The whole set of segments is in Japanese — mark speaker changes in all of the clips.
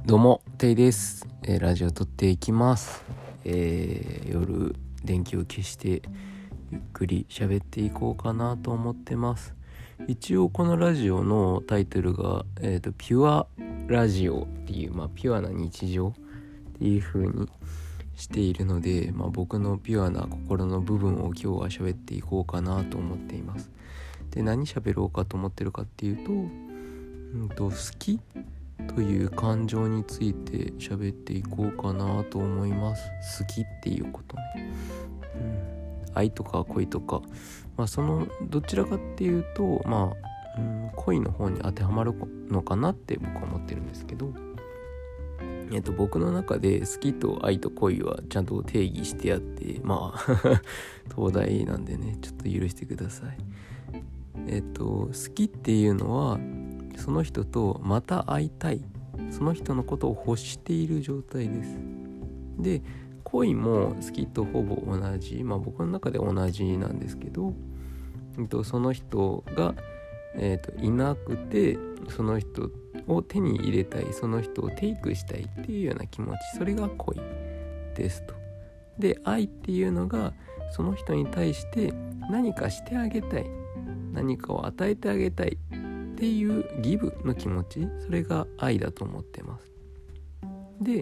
Speaker 1: どうもテイです、ラジオ撮っていきます、夜電気を消してゆっくり喋っていこうかなと思ってます。一応このラジオのタイトルが、ピュアラジオっていう、ピュアな日常っていう風にしているので、僕のピュアな心の部分を今日は喋っていこうかなと思っています。で、何喋ろうかと思ってるかっていうと、好きという感情について喋っていこうかなと思います。好きっていうことね、愛とか恋とか、そのどちらかっていうと恋の方に当てはまるのかなって僕は思ってるんですけど、僕の中で好きと愛と恋はちゃんと定義してあって東大なんでね、ちょっと許してください。好きっていうのはその人とまた会いたい、その人のことを欲している状態です。で、恋も好きとほぼ同じ、僕の中で同じなんですけど、その人が、いなくてその人を手に入れたい、その人をテイクしたいっていうような気持ち、それが恋ですと。で、愛っていうのがその人に対して何かしてあげたい、何かを与えてあげたいっていうギブの気持ち、それが愛だと思ってます。で、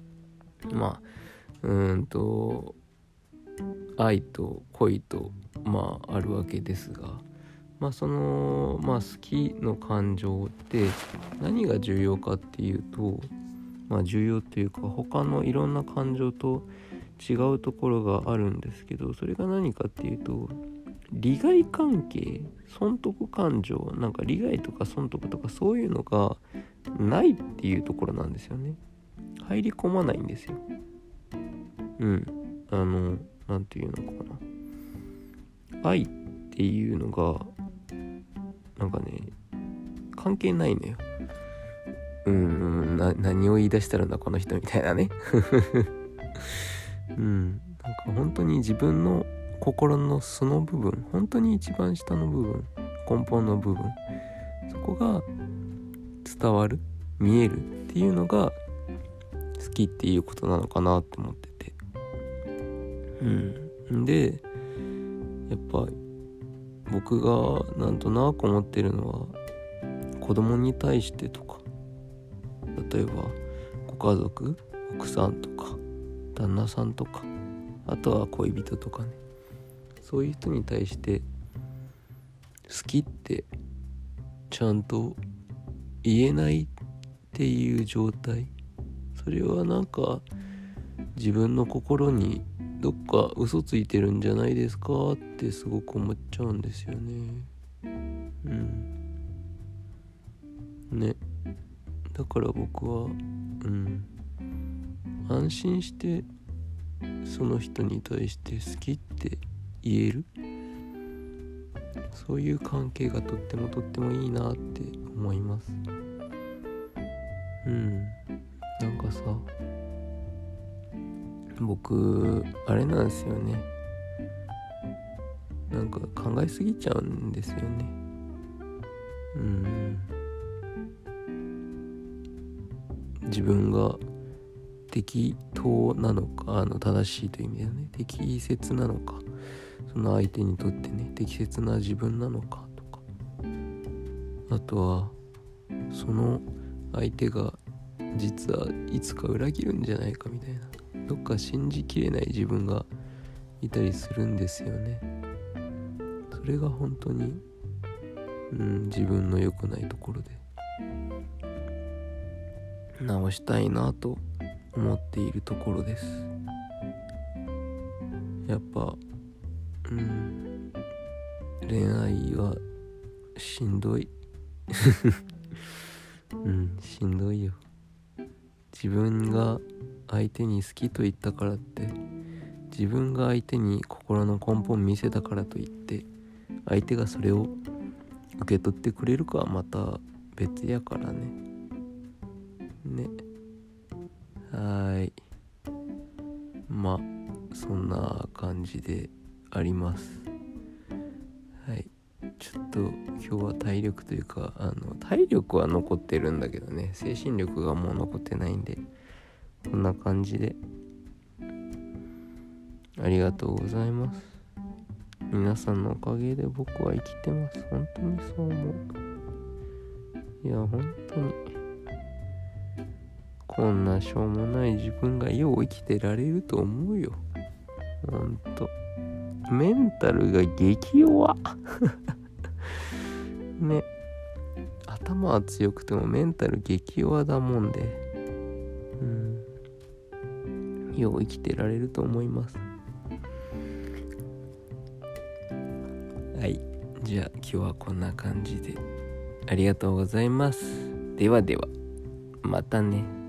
Speaker 1: 愛と恋とあるわけですが、その好きの感情って何が重要かっていうと、重要というか他のいろんな感情と違うところがあるんですけど、それが何かっていうと、利害関係、損得感情、利害とか損得とかそういうのがないっていうところなんですよね。入り込まないんですよ。なんていうのかな、愛っていうのが関係ないのよ。何を言い出したらこの人みたいなね本当に自分の心の素の部分、本当に一番下の部分、根本の部分、そこが伝わる、見えるっていうのが好きっていうことなのかなって思ってて、で、やっぱ僕がなんとなく思ってるのは、子供に対してとか、例えばご家族、奥さんとか旦那さんとか、あとは恋人とかね、そういう人に対して好きってちゃんと言えないっていう状態、それは自分の心にどっか嘘ついてるんじゃないですかってすごく思っちゃうんですよね。だから僕は安心してその人に対して好きって言える、そういう関係がとってもいいなって思います。僕あれなんですよね、考えすぎちゃうんですよね。自分が適当なのか、正しいという意味ではね、適切なのか、その相手にとってね適切な自分なのかとか、あとはその相手が実はいつか裏切るんじゃないかみたいな、どっか信じきれない自分がいたりするんですよね。それが本当に自分の良くないところで直したいなと思っているところです。やっぱ恋愛はしんどいしんどいよ。自分が相手に好きと言ったからって、自分が相手に心の根本見せたからといって相手がそれを受け取ってくれるかはまた別やからね。そんな感じであります。 ちょっと今日は体力というか体力は残ってるんだけどね、精神力がもう残ってないんで、こんな感じでありがとうございます。皆さんのおかげで僕は生きてます。本当にそう思う。いや本当にこんなしょうもない自分がよう生きてられると思うよ。ほんとメンタルが激弱ね、頭は強くてもメンタル激弱だもんで、よう生きてられると思います。はい、じゃあ今日はこんな感じでありがとうございます。ではでは、またね。